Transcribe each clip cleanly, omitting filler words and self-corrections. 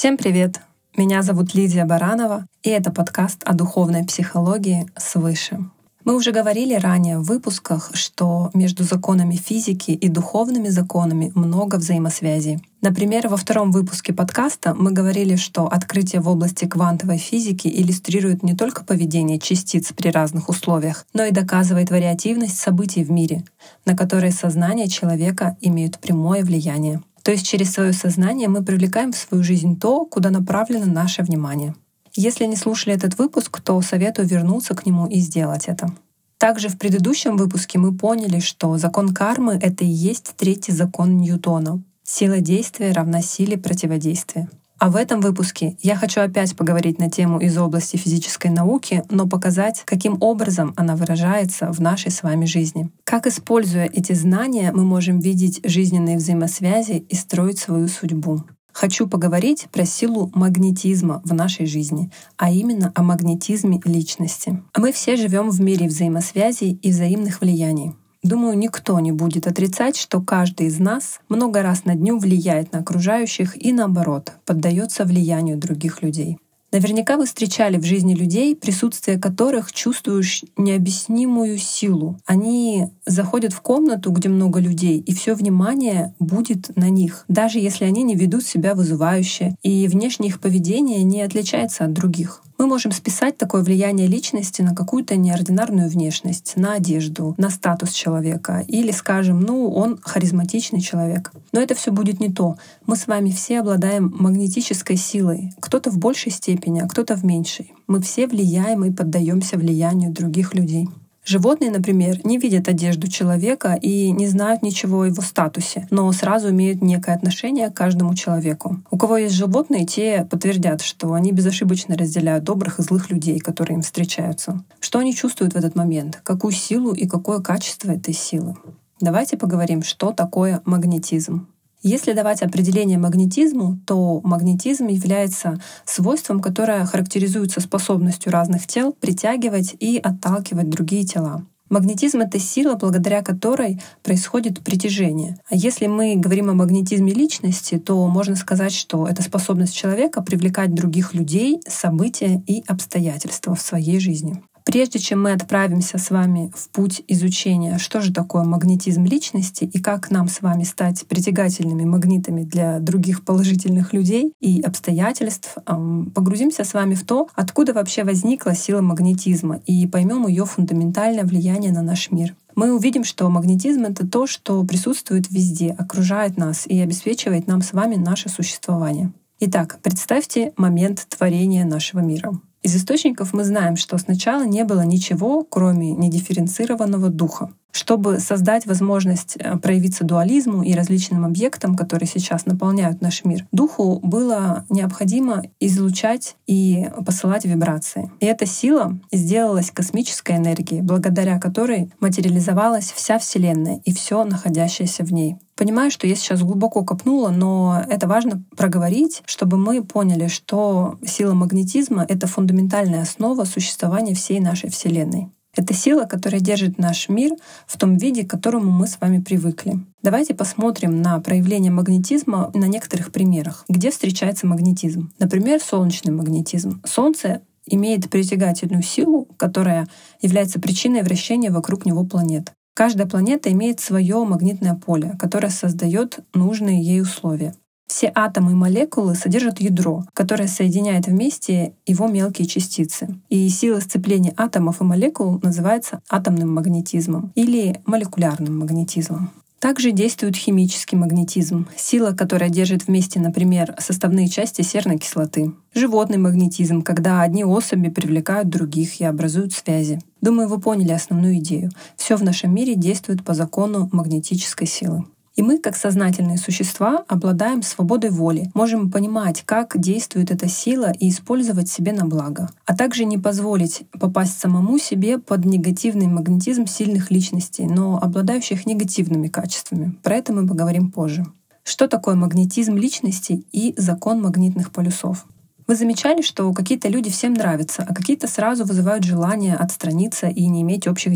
Всем привет! Меня зовут Лидия Баранова, и это подкаст о духовной психологии «Свыше». Мы уже говорили ранее в выпусках, что между законами физики и духовными законами много взаимосвязей. Например, во втором выпуске подкаста мы говорили, что открытие в области квантовой физики иллюстрирует не только поведение частиц при разных условиях, но и доказывает вариативность событий в мире, на которые сознание человека имеет прямое влияние. То есть через свое сознание мы привлекаем в свою жизнь то, куда направлено наше внимание. Если не слушали этот выпуск, то советую вернуться к нему и сделать это. Также в предыдущем выпуске мы поняли, что закон кармы — это и есть третий закон Ньютона. Сила действия равна силе противодействия. А в этом выпуске я хочу опять поговорить на тему из области физической науки, но показать, каким образом она выражается в нашей с вами жизни. Как, используя эти знания, мы можем видеть жизненные взаимосвязи и строить свою судьбу. Хочу поговорить про силу магнетизма в нашей жизни, а именно о магнетизме личности. Мы все живем в мире взаимосвязей и взаимных влияний. Думаю, никто не будет отрицать, что каждый из нас много раз на дню влияет на окружающих и, наоборот, поддается влиянию других людей. Наверняка вы встречали в жизни людей, присутствие которых чувствуешь необъяснимую силу. Они заходят в комнату, где много людей, и все внимание будет на них, даже если они не ведут себя вызывающе, и внешнее их поведение не отличается от других. Мы можем списать такое влияние личности на какую-то неординарную внешность, на одежду, на статус человека, или скажем, он харизматичный человек. Но это все будет не то. Мы с вами все обладаем магнетической силой, кто-то в большей степени, а кто-то в меньшей. Мы все влияем и поддаемся влиянию других людей. Животные, например, не видят одежду человека и не знают ничего о его статусе, но сразу имеют некое отношение к каждому человеку. У кого есть животные, те подтвердят, что они безошибочно разделяют добрых и злых людей, которые им встречаются. Что они чувствуют в этот момент? Какую силу и какое качество этой силы? Давайте поговорим, что такое магнетизм. Если давать определение магнетизму, то магнетизм является свойством, которое характеризуется способностью разных тел притягивать и отталкивать другие тела. Магнетизм — это сила, благодаря которой происходит притяжение. А если мы говорим о магнетизме личности, то можно сказать, что это способность человека привлекать других людей, события и обстоятельства в своей жизни. Прежде чем мы отправимся с вами в путь изучения, что же такое магнетизм личности и как нам с вами стать притягательными магнитами для других положительных людей и обстоятельств, погрузимся с вами в то, откуда вообще возникла сила магнетизма, и поймем ее фундаментальное влияние на наш мир. Мы увидим, что магнетизм — это то, что присутствует везде, окружает нас и обеспечивает нам с вами наше существование. Итак, представьте момент творения нашего мира. Из источников мы знаем, что сначала не было ничего, кроме недифференцированного духа. Чтобы создать возможность проявиться дуализму и различным объектам, которые сейчас наполняют наш мир, духу было необходимо излучать и посылать вибрации. И эта сила сделалась космической энергией, благодаря которой материализовалась вся Вселенная и все находящееся в ней. Понимаю, что я сейчас глубоко копнула, но это важно проговорить, чтобы мы поняли, что сила магнетизма — это фундаментальная основа существования всей нашей Вселенной. Это сила, которая держит наш мир в том виде, к которому мы с вами привыкли. Давайте посмотрим на проявление магнетизма на некоторых примерах. Где встречается магнетизм? Например, солнечный магнетизм. Солнце имеет притягательную силу, которая является причиной вращения вокруг него планет. Каждая планета имеет свое магнитное поле, которое создает нужные ей условия. Все атомы и молекулы содержат ядро, которое соединяет вместе его мелкие частицы. И сила сцепления атомов и молекул называется атомным магнетизмом или молекулярным магнетизмом. Также действует химический магнетизм, сила, которая держит вместе, например, составные части серной кислоты. Животный магнетизм, когда одни особи привлекают других и образуют связи. Думаю, вы поняли основную идею. Все в нашем мире действует по закону магнетической силы. И мы, как сознательные существа, обладаем свободой воли, можем понимать, как действует эта сила и использовать себе на благо, а также не позволить попасть самому себе под негативный магнетизм сильных личностей, но обладающих негативными качествами. Про это мы поговорим позже. Что такое магнетизм личности и закон магнитных полюсов? Вы замечали, что какие-то люди всем нравятся, а какие-то сразу вызывают желание отстраниться и не иметь общих дел?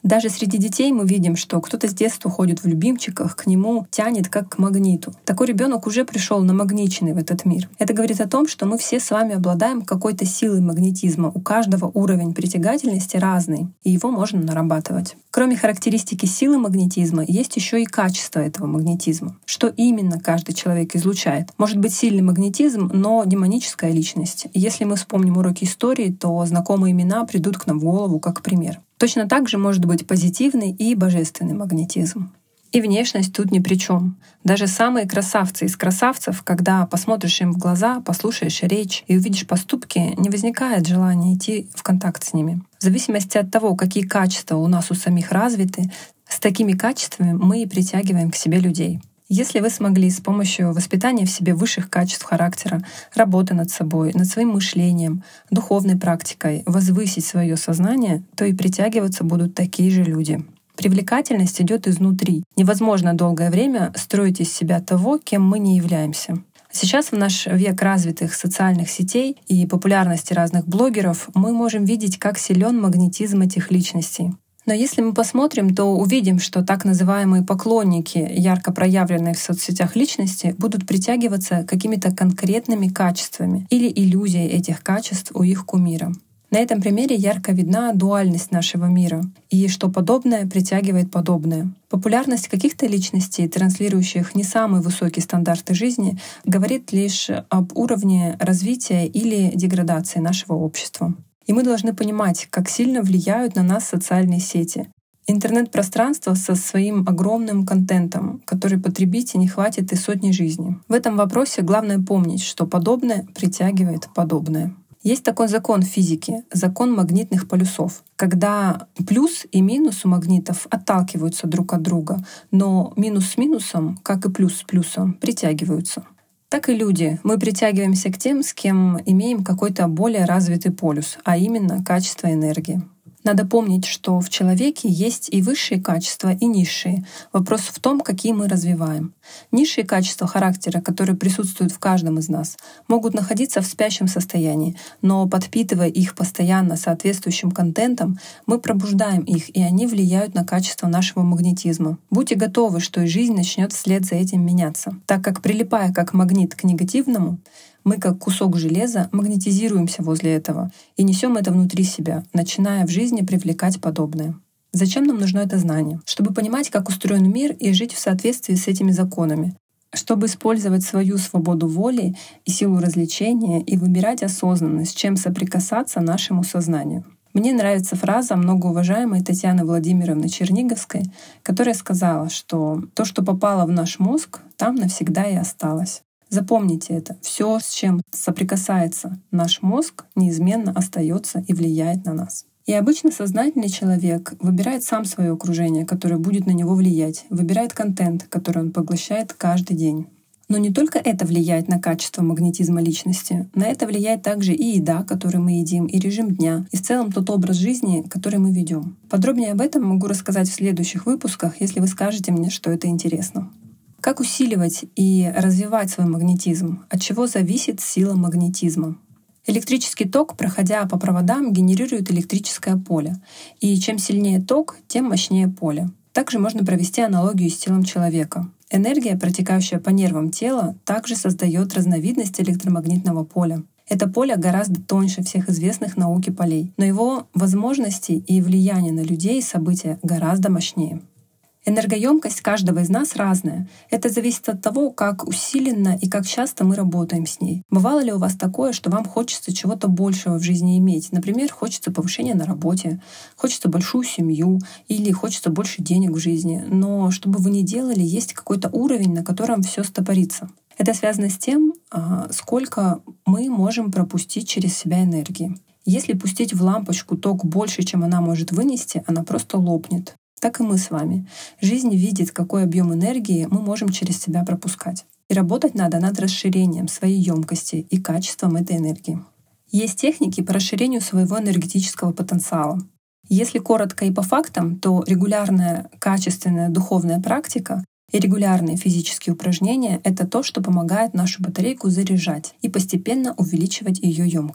Даже среди детей мы видим, что кто-то с детства ходит в любимчиках, к нему тянет как к магниту. Такой ребенок уже пришел намагниченный в этот мир. Это говорит о том, что мы все с вами обладаем какой-то силой магнетизма. У каждого уровень притягательности разный, и его можно нарабатывать. Кроме характеристики силы магнетизма, есть еще и качество этого магнетизма. Что именно каждый человек излучает? Может быть сильный магнетизм, но демоническая личность. Если мы вспомним уроки истории, то знакомые имена придут к нам в голову как пример. Точно так же может быть позитивный и божественный магнетизм. И внешность тут ни при чем. Даже самые красавцы из красавцев, когда посмотришь им в глаза, послушаешь речь и увидишь поступки, не возникает желания идти в контакт с ними. В зависимости от того, какие качества у нас у самих развиты, с такими качествами мы и притягиваем к себе людей. Если вы смогли с помощью воспитания в себе высших качеств характера, работы над собой, над своим мышлением, духовной практикой возвысить свое сознание, то и притягиваться будут такие же люди. Привлекательность идет изнутри. Невозможно долгое время строить из себя того, кем мы не являемся. Сейчас в наш век развитых социальных сетей и популярности разных блогеров мы можем видеть, как силен магнетизм этих личностей. Но если мы посмотрим, то увидим, что так называемые поклонники ярко проявленной в соцсетях личности будут притягиваться какими-то конкретными качествами или иллюзией этих качеств у их кумира. На этом примере ярко видна дуальность нашего мира и что подобное притягивает подобное. Популярность каких-то личностей, транслирующих не самые высокие стандарты жизни, говорит лишь об уровне развития или деградации нашего общества. И мы должны понимать, как сильно влияют на нас социальные сети. Интернет-пространство со своим огромным контентом, который потребить и не хватит и сотни жизней. В этом вопросе главное помнить, что подобное притягивает подобное. Есть такой закон физики, закон магнитных полюсов, когда плюс и минус у магнитов отталкиваются друг от друга, но минус с минусом, как и плюс с плюсом, притягиваются. Так и люди. Мы притягиваемся к тем, с кем имеем какой-то более развитый полюс, а именно качество энергии. Надо помнить, что в человеке есть и высшие качества, и низшие. Вопрос в том, какие мы развиваем. Низшие качества характера, которые присутствуют в каждом из нас, могут находиться в спящем состоянии, но подпитывая их постоянно соответствующим контентом, мы пробуждаем их, и они влияют на качество нашего магнетизма. Будьте готовы, что и жизнь начнет вслед за этим меняться, так как, прилипая как магнит к негативному, мы, как кусок железа, магнетизируемся возле этого и несем это внутри себя, начиная в жизни привлекать подобное. Зачем нам нужно это знание? Чтобы понимать, как устроен мир и жить в соответствии с этими законами. Чтобы использовать свою свободу воли и силу развлечения и выбирать осознанно, с чем соприкасаться нашему сознанию. Мне нравится фраза многоуважаемой Татьяны Владимировны Черниговской, которая сказала, что то, что попало в наш мозг, там навсегда и осталось. Запомните это. Все, с чем соприкасается наш мозг, неизменно остается и влияет на нас. И обычно сознательный человек выбирает сам свое окружение, которое будет на него влиять, выбирает контент, который он поглощает каждый день. Но не только это влияет на качество магнетизма личности. На это влияет также и еда, которую мы едим, и режим дня, и в целом тот образ жизни, который мы ведем. Подробнее об этом могу рассказать в следующих выпусках, если вы скажете мне, что это интересно. Как усиливать и развивать свой магнетизм? От чего зависит сила магнетизма? Электрический ток, проходя по проводам, генерирует электрическое поле. И чем сильнее ток, тем мощнее поле. Также можно провести аналогию с телом человека. Энергия, протекающая по нервам тела, также создает разновидность электромагнитного поля. Это поле гораздо тоньше всех известных науке полей, но его возможности и влияние на людей и события гораздо мощнее. Энергоемкость каждого из нас разная. Это зависит от того, как усиленно и как часто мы работаем с ней. Бывало ли у вас такое, что вам хочется чего-то большего в жизни иметь? Например, хочется повышения на работе, хочется большую семью или хочется больше денег в жизни. Но что бы вы ни делали, есть какой-то уровень, на котором все стопорится. Это связано с тем, сколько мы можем пропустить через себя энергии. Если пустить в лампочку ток больше, чем она может вынести, она просто лопнет. Так и мы с вами. Жизнь видит, какой объем энергии мы можем через себя пропускать. И работать надо над расширением своей емкости и качеством этой энергии. Есть техники по расширению своего энергетического потенциала. Если коротко и по фактам, то регулярная качественная духовная практика и регулярные физические упражнения — это то, что помогает нашу батарейку заряжать и постепенно увеличивать ее емкость.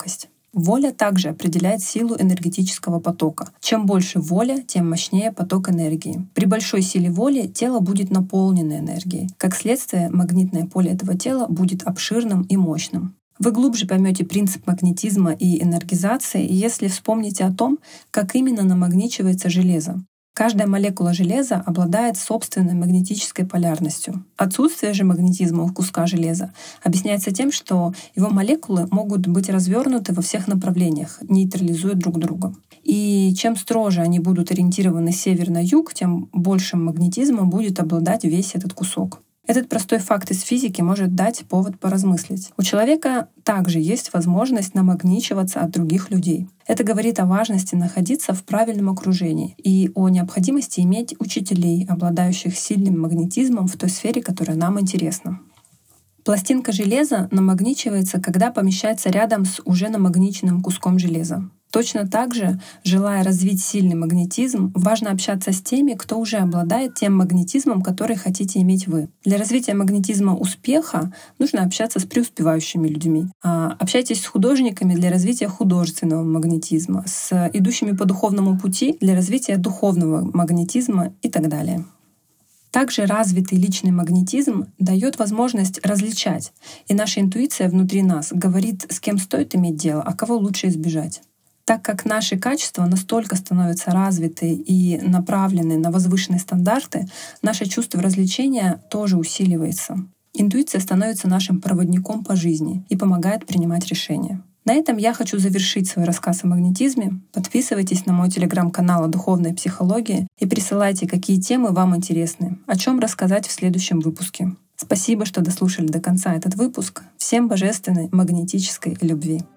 Воля также определяет силу энергетического потока. Чем больше воля, тем мощнее поток энергии. При большой силе воли тело будет наполнено энергией. Как следствие, магнитное поле этого тела будет обширным и мощным. Вы глубже поймете принцип магнетизма и энергизации, если вспомните о том, как именно намагничивается железо. Каждая молекула железа обладает собственной магнетической полярностью. Отсутствие же магнетизма у куска железа объясняется тем, что его молекулы могут быть развернуты во всех направлениях, нейтрализуя друг друга. И чем строже они будут ориентированы с севера на юг, тем большим магнетизмом будет обладать весь этот кусок. Этот простой факт из физики может дать повод поразмыслить. У человека также есть возможность намагничиваться от других людей. Это говорит о важности находиться в правильном окружении и о необходимости иметь учителей, обладающих сильным магнетизмом в той сфере, которая нам интересна. Пластинка железа намагничивается, когда помещается рядом с уже намагниченным куском железа. Точно так же, желая развить сильный магнетизм, важно общаться с теми, кто уже обладает тем магнетизмом, который хотите иметь вы. Для развития магнетизма успеха нужно общаться с преуспевающими людьми. Общайтесь с художниками для развития художественного магнетизма, с идущими по духовному пути для развития духовного магнетизма и так далее. Также развитый личный магнетизм дает возможность различать, и наша интуиция внутри нас говорит, с кем стоит иметь дело, а кого лучше избежать. Так как наши качества настолько становятся развиты и направлены на возвышенные стандарты, наше чувство развлечения тоже усиливается. Интуиция становится нашим проводником по жизни и помогает принимать решения. На этом я хочу завершить свой рассказ о магнетизме. Подписывайтесь на мой телеграм-канал о духовной психологии и присылайте, какие темы вам интересны, о чем рассказать в следующем выпуске. Спасибо, что дослушали до конца этот выпуск. Всем божественной магнетической любви.